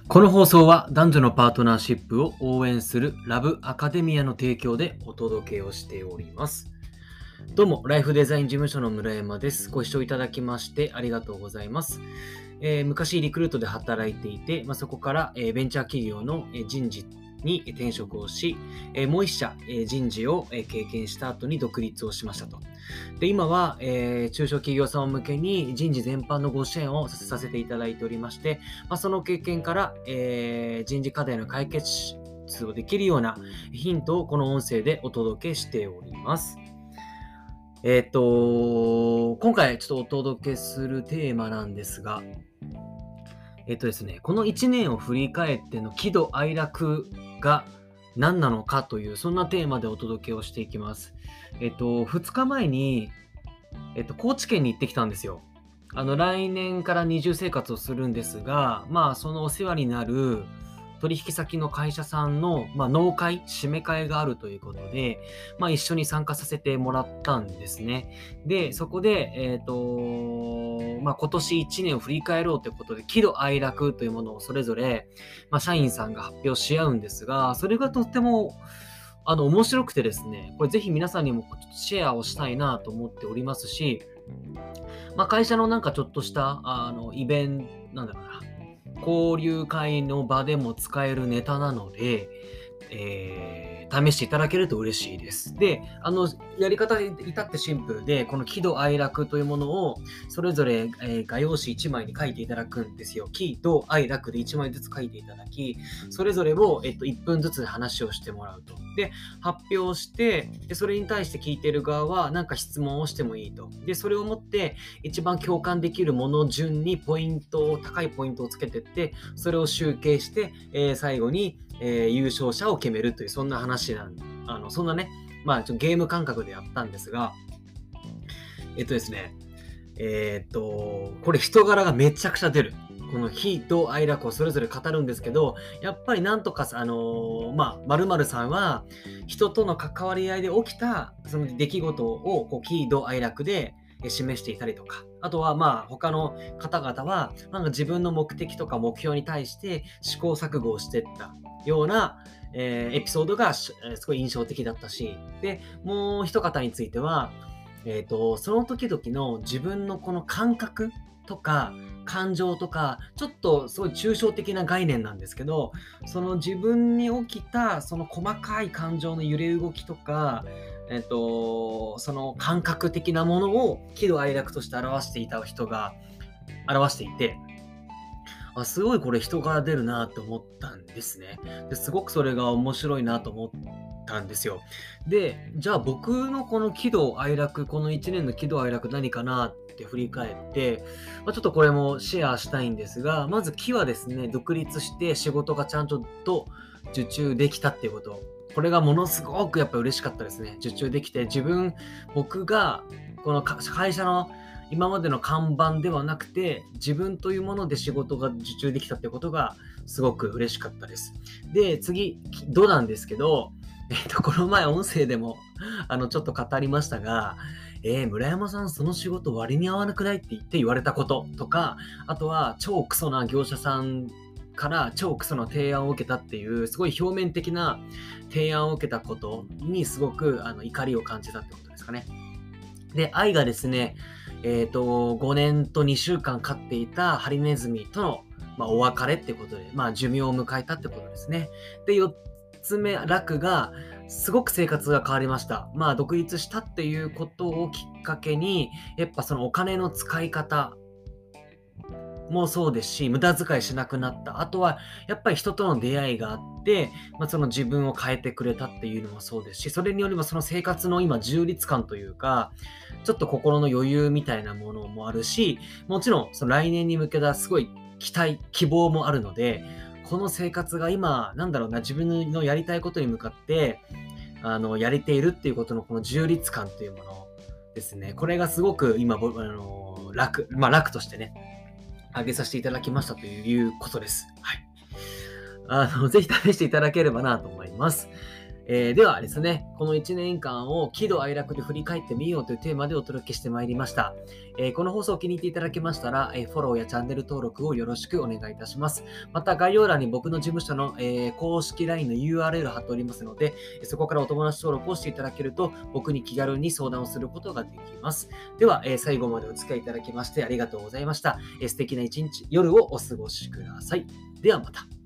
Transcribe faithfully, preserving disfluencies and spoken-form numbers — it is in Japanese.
この放送は男女のパートナーシップを応援するラブアカデミアの提供でお届けをしております。どうも、ライフデザイン事務所の村山です。ご視聴いただきましてありがとうございます。えー、昔リクルートで働いていて、まあ、そこから、えー、ベンチャー企業の、えー、人事に転職をし、えー、もう一社、えー、人事を、えー、経験した後に独立をしましたと。で、今は、えー、中小企業様向けに人事全般のご支援をさせていただいておりまして、まあ、その経験から、えー、人事課題の解決をできるようなヒントをこの音声でお届けしております。えっと、今回ちょっとお届けするテーマなんですが、えっとですね、このいちねんを振り返っての喜怒哀楽が何なのかという、そんなテーマでお届けをしていきます。えっと、ふつかまえに、えっと、高知県に行ってきたんですよ。あの、来年から二重生活をするんですが、まあ、そのお世話になる取引先の会社さんの、まあ、納会、締め会があるということで、まあ、一緒に参加させてもらったんですね。で、そこで、えっと、まあ、今年いちねんを振り返ろうということで、喜怒哀楽というものをそれぞれ、まあ、社員さんが発表し合うんですが、それがとっても、あの、面白くてですね、これぜひ皆さんにもシェアをしたいなと思っておりますし、まあ、会社のなんかちょっとした、あの、イベント、なんだろうな、交流会の場でも使えるネタなので、えー試していただけると嬉しいです。で、あの、やり方至ってシンプルで、この喜怒哀楽というものを、それぞれ、えー画用紙いちまいに書いていただくんですよ。喜怒哀楽でいちまいずつ書いていただき、それぞれを、えっと、いっぷんずつ話をしてもらうと。で、発表して、でそれに対して聞いている側は、なんか質問をしてもいいと。で、それをもって、一番共感できるもの順にポイントを、高いポイントをつけていって、それを集計して、えー最後に、えー優勝者を決めるという、そんな話なんあのそんなね、まあちょっとゲーム感覚でやったんですが、えっとですねえーっとこれ人柄がめちゃくちゃ出る。この喜怒哀楽をそれぞれ語るんですけど、やっぱりなんとかさあのーまあ〇〇さんは人との関わり合いで起きたその出来事をこう喜怒哀楽でえ示していたりとか、あとはまあ他の方々はなんか自分の目的とか目標に対して試行錯誤をしていったような、えーエピソードがしえーすごい印象的だったし、でもう一方については、えーとその時々の自分のこの感覚とか感情とか、ちょっとすごい抽象的な概念なんですけど、その自分に起きたその細かい感情の揺れ動きとか、えっと、その感覚的なものを喜怒哀楽として表していた人が表していて、あ、すごいこれ人から出るなって思ったんですね。ですごくそれが面白いなと思ったんですよ。で、じゃあ僕のこの喜怒哀楽、このいちねんの喜怒哀楽何かなって振り返って、まあ、ちょっとこれもシェアしたいんですが、まず喜はですね、独立して仕事がちゃんとと受注できたっていうこと。これがものすごくやっぱ嬉しかったですね。受注できて、自分、僕がこのか会社の今までの看板ではなくて、自分というもので仕事が受注できたってことがすごく嬉しかったです。で、次、どうなんですけど、えっと、この前音声でもあのちょっと語りましたが、えー、村山さんその仕事割に合わなくないって言って言われたこととか、あとは超クソな業者さんから超クソな提案を受けたっていうすごい表面的な提案を受けたことにすごくあの怒りを感じたってことですかね。で、愛がですね、えっと、ごねんとにしゅうかん飼っていたハリネズミとの、まあ、お別れってことで、まあ、寿命を迎えたってことですね。で、よっつめ、楽が、すごく生活が変わりました。まあ、独立したっていうことをきっかけに、やっぱそのお金の使い方もそうですし、無駄遣いしなくなった。あとは、やっぱり人との出会いがあって、まあ、その自分を変えてくれたっていうのもそうですし、それによりもその生活の今充実感というか、ちょっと心の余裕みたいなものもあるし、もちろんその来年に向けたすごい期待、希望もあるので、この生活が今、なんだろうな、自分のやりたいことに向かって、あの、やれているっていうことのこの充実感というものですね。これがすごく今、僕あの、楽、まあ楽としてね、上げさせていただきましたということです。はい。あの、ぜひ試していただければなと思います。 えーではですね、このいちねんかんを喜怒哀楽で振り返ってみようというテーマでお届けしてまいりました。えーこの放送を気に入っていただけましたら、えーフォローやチャンネル登録をよろしくお願いいたします。また概要欄に僕の事務所の、えー公式 ライン の ユーアールエル 貼っておりますので、そこからお友達登録をしていただけると、僕に気軽に相談をすることができます。では、えー最後までお付き合いいただきましてありがとうございました。えー素敵な一日、夜をお過ごしください。ではまた。